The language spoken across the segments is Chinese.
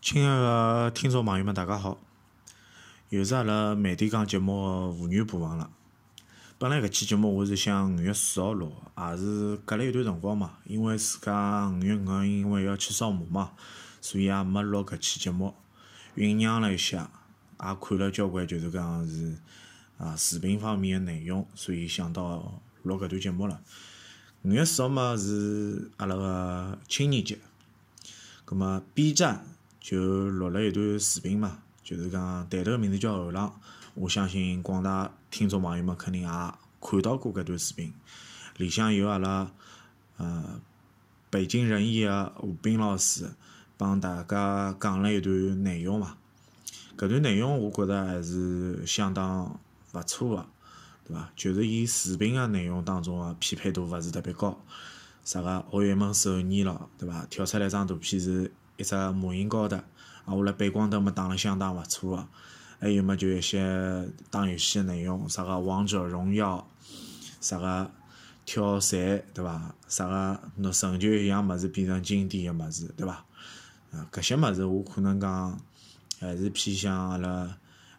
亲爱的听众朋友们，大家好！又是阿拉慢点讲节目的妇女部分了。本来搿期节目我是想5月4号录，也是隔了一段辰光嘛，因为自家5月5号因为要去扫墓嘛，所以也没录搿期节目。酝酿了一下，也看了交关就是讲是视频方面的内容，所以想到录搿段节目了。5月4号嘛是阿拉个青年节，葛末 B 站就录了一段视频嘛，就是讲抬头个名字叫后浪，我相信广大听众朋友们肯定也看到过搿段视频，里向有阿拉北京人艺个吴斌老师帮大家讲了一段内容嘛，搿段内容我觉着还是相当勿错个，对伐？就是伊视频个内容当中个匹配度勿是特别高，啥个学一门手艺咯，对伐？跳出来张图片是一只马云高头，我辣背光灯嘛打了相当勿错个，还有么就一些打游戏个内容，啥个王者荣耀，啥个跳伞，对伐？啥个拿成就一样物事变成经典个物事，对伐？搿些物事我可能讲还是偏向阿拉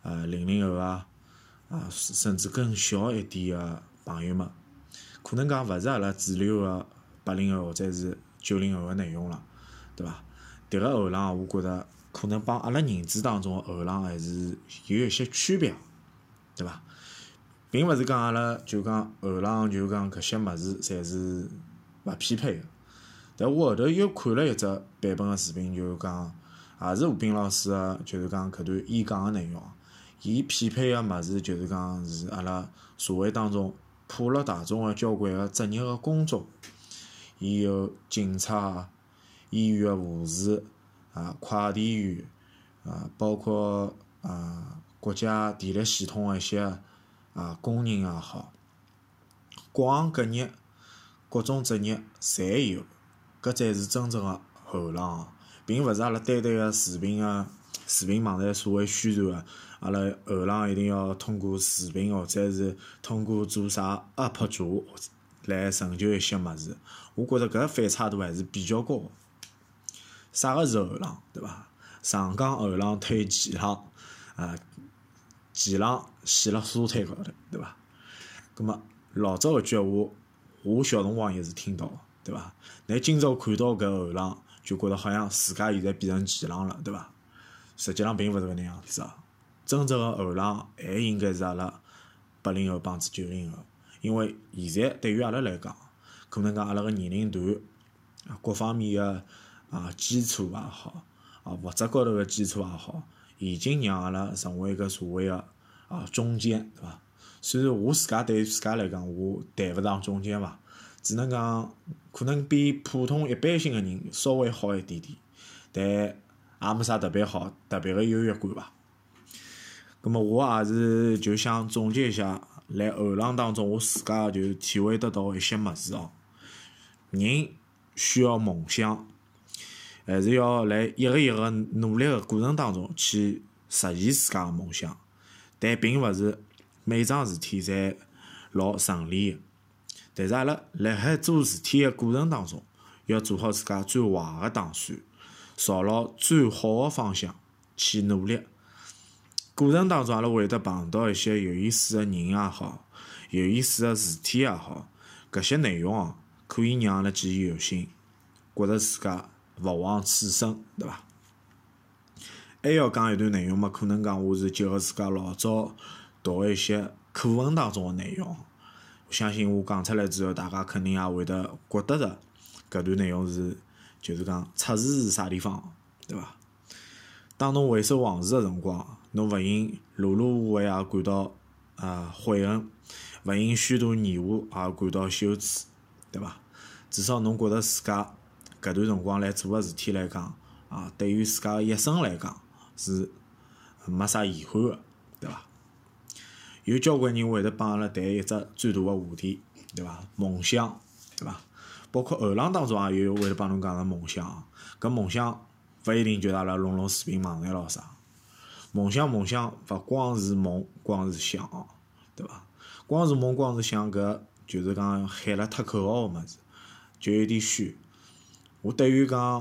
00后甚至更小一点个朋友们，可能讲勿是阿拉主流个80后或者是90后个内容了，对伐？迭个后浪我觉着可能帮阿拉认知当中个后浪还是有一些区别，对伐？并勿是讲阿拉就讲后浪就讲搿些物事侪是勿匹配个。但我后头又看了一只版本个视频，就是讲也是吴斌老师个，就是讲搿段演讲个内容，伊匹配个物事就是讲是阿拉社会当中普罗大众个交关个职业个工种，伊有警察、医院个护士快递员包括国家电力系统个一些工人也好，各行各业各种职业侪有，搿才是真正个后浪，并勿是阿拉单单个视频网站所谓宣传个阿拉后浪一定要通过视频或者是通过做啥 UP 主来成就一些物事。我觉着搿反差度还是比较高个。啥个是后浪，对伐？上港后浪推前浪，前浪死辣沙滩高头，对伐？葛末老早搿句话，我小辰光也是听到个，对伐？但今朝看到搿后浪，就觉着好像自家现在变成前浪了，对伐？实际上并勿是搿能样子啊！真正个后浪还应该是阿拉80后帮子90后，因为现在对于阿拉来讲，可能讲阿拉个年龄段各方面个基础也好物质高头个基础也好，已经让阿拉成为一个社会个中坚，对伐？虽然我自家对自家来讲，我谈勿上中坚伐，只能讲可能比普通一般性个人稍微好一点点，但也没啥特别好、特别个优越感伐。咁么我也是就想总结一下，辣后浪当中我自家就体会得到一些物事哦。人需要梦想，还是要辣一个一个努力个过程当中去实现自家个梦想，但并勿是每桩事体侪老顺利个。但是阿拉辣海做事体个过程当中，要做好自家最坏个打算，朝牢最好个方向去努力。过程当中，阿拉会得碰到一些有意思个人也好，有意思个事体也好，搿些内容可以让阿拉记忆犹新，觉着自家勿枉此生，对伐？还要讲一段内容嘛，可能讲我是结合自家老早读个一些课文当中个内容，我相信我讲出来之后，大家肯定也会得觉得着搿段内容是就是讲出自是啥地方，对伐？当侬回首往事个辰光，侬勿因碌碌无为感到悔恨，勿因虚度年华感到羞耻，对伐？至少侬觉着自家搿段辰光来做个事体来讲对于自家一生来讲是没啥遗憾个，对伐？有交关人会得帮阿拉谈一只最大个话题，对伐？梦想，对伐？包括后浪当中也有会得帮侬讲个梦想，搿梦想勿一定就是阿拉弄视频网站咯啥。梦想勿光是梦，光是想，对伐？光是梦，光是想，搿就是讲喊了脱口号个物事，就有点虚。我对于讲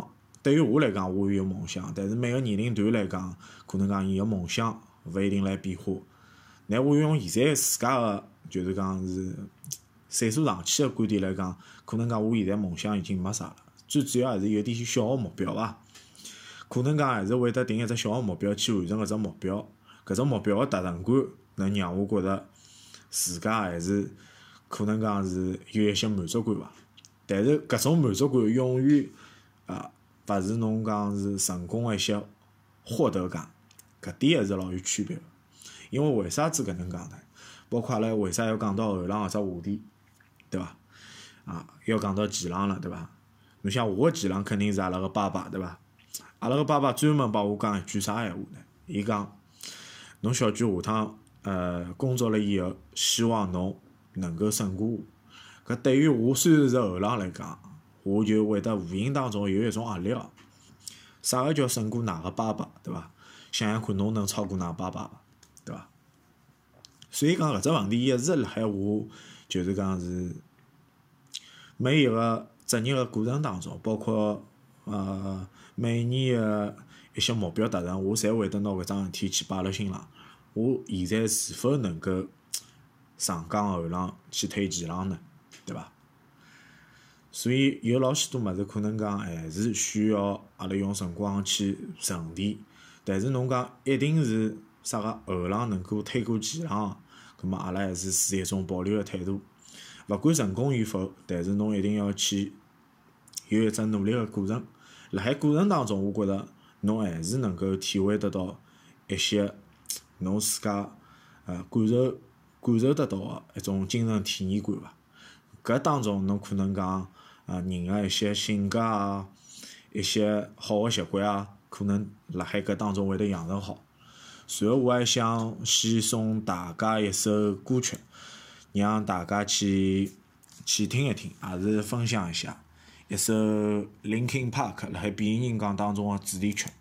对于我来讲，我也有梦想，但是每个年龄段来讲，可能讲伊个梦想勿一定来变化。那我用现在自家个就是讲是岁数上去个观点来讲，可能讲我现在梦想已经没啥了，最主要还是有点小个目标伐。可能讲还是会得定一只小个目标去完成搿只目标，搿只目标个达成感能让我觉着自家还是可能讲是有一些满足感伐。但是搿种满足感永远勿是侬讲是成功个一些获得感，搿点还是老有区别个。因为为啥子搿能讲呢？包括阿拉为啥要讲到后浪搿只话题，对伐？要讲到前浪了，对伐？侬想我个前浪肯定是阿拉个爸爸，对伐？阿拉个爸爸专门帮我讲一句啥闲话呢？伊讲，侬小句下趟工作了以后，希望侬能够胜过我。搿对于我虽然是后浪来讲，我就会得无形当中有一种压力哦。啥个叫胜过㑚个爸爸，对伐？想想看，侬能超过㑚爸爸伐？对伐？所以讲搿只问题一直辣海我就是讲是每一个职业个过程当中，包括每年个一些目标达成，我侪会得拿搿桩事体去摆辣心上。我现在是否能够上江后浪去推前浪呢？对伐？所以有老许多物事可能讲还是需要阿拉用辰光去沉淀，但是侬讲一定是啥个后浪能够推过前浪，葛末阿拉还是持一种保留个态度。勿管成功与否，但是侬一定要去有一只努力个过程。辣海过程当中，我觉着侬还是能够体会得到一些侬自家感受得到个一种精神体验感伐。搿当中侬可能讲人个一些性格一些好个习惯可能辣海搿当中会得养成好。随后我还想先送大家一首歌曲，让大家去听一听，也是分享一下一首 Linkin Park 辣海变形金刚当中个主题曲。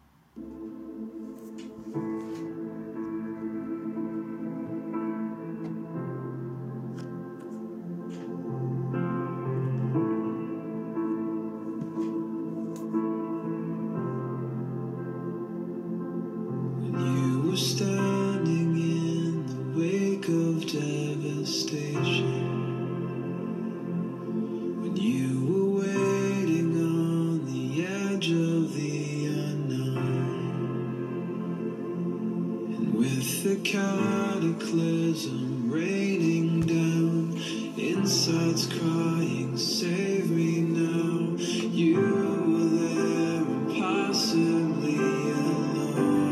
Standing in the wake of devastation, when you were waiting on the edge of the unknown, and with the cataclysm raining down, insides crying, save me now. You were there impossibly alone.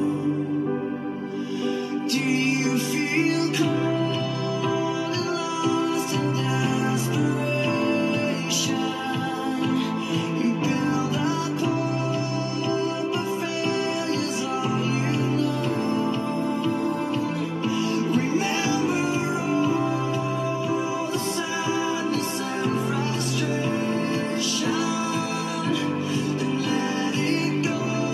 Do you feel cold and lost in desperation? You build up hope, but failure's all you know. Remember all the sadness and frustration, and let it go.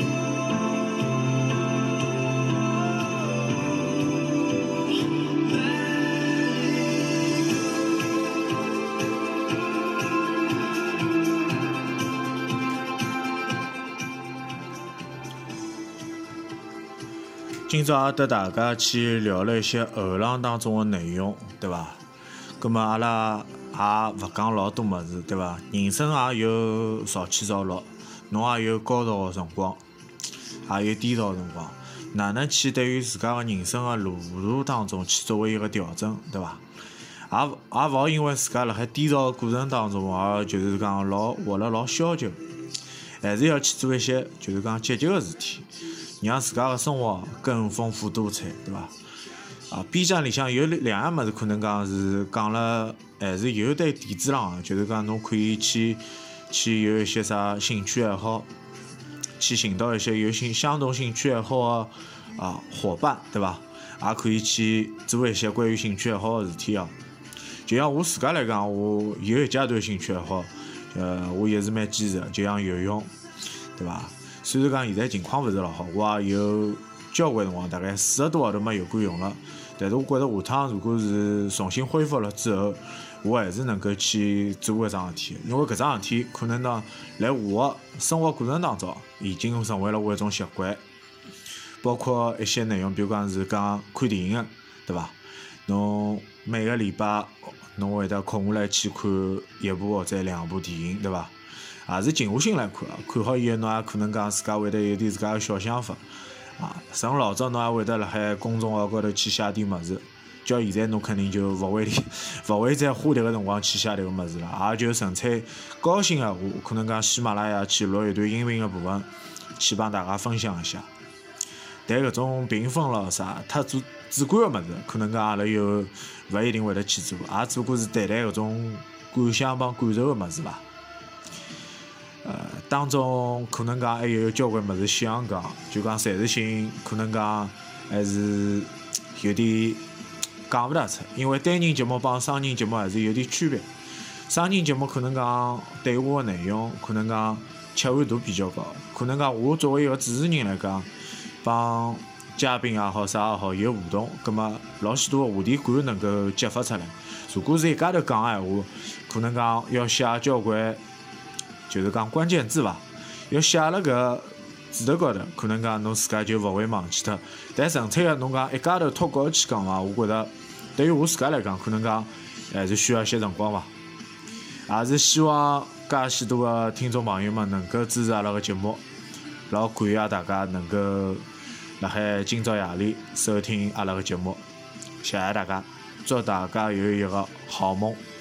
今朝也得大家去聊了一些后浪当中的内容，对伐？葛末阿拉也勿讲老多物事，对伐？人生也有潮起潮落，侬也有高潮个辰光，也有低潮个辰光。哪能去对于自家个人生个路途当中去作为一个调整，对伐？也勿好因为自家辣海低潮个过程当中而就是讲活了老消极，还是要去做一些就是讲积极个事体。让自家个生活更丰富多彩，对伐？B 站里向有两样物事，可能讲是讲了，还是有对电子浪，就是讲侬可以去有一些啥兴趣爱好，去寻到一些有相同兴趣爱好个伙伴，对伐？也可以去做一些关于兴趣爱好个事体就像我自家来讲，我有一阶段兴趣爱好，我也是蛮坚持的，就像游泳，对伐？虽然讲现在情况勿是老好，我也有交关辰光，大概40多号头没游过泳了， 但是我觉着下趟如果是重新恢复了之后，我还是能够去做搿桩事体，因为搿桩事体可能呢，辣我个生活过程当中已经成为了我一种习惯。包括一些内容，比如讲是讲看电影个，对伐？侬每个礼拜侬会得空下来去看一部或者2部电影，对伐？也是静下心来看，看好以后侬也可能讲自家会得有点自家个小想法啊。从老早侬也会得辣海公众号高头去写点物事，叫现在侬肯定就勿会再花迭个辰光去写迭个物事了，也就纯粹高兴个话，可能讲喜马拉雅去录一段音频个部分，去帮大家分享一下。但搿种评分咯啥太主观个物事，可能讲阿拉又勿一定会得去做，也只不过是谈谈搿种感想帮感受个物事伐。当中可能讲还有交关物事想讲，就讲暂时性可能讲还是有点讲勿大出，因为单人节目帮双人节目还是有点区别。双人节目可能讲对话个内容可能讲切换度比较高，可能讲我作为一个主持人来讲，帮嘉宾也好啥也好有互动，葛末老许多个话题感能够激发出来。如果是一家头讲闲话，可能讲要写交关，就是讲关键字伐，要写辣搿字头高头，可能讲侬自家就勿会忘记脱。但纯粹个侬讲一家头脱稿去讲伐，我觉着对于我自家来讲，可能讲还是需要一些辰光伐。也是希望介许多个听众朋友们能够支持阿拉个节目，老感谢大家能够辣海今朝夜里收听阿拉个节目，谢谢大家，祝大家有一个好梦。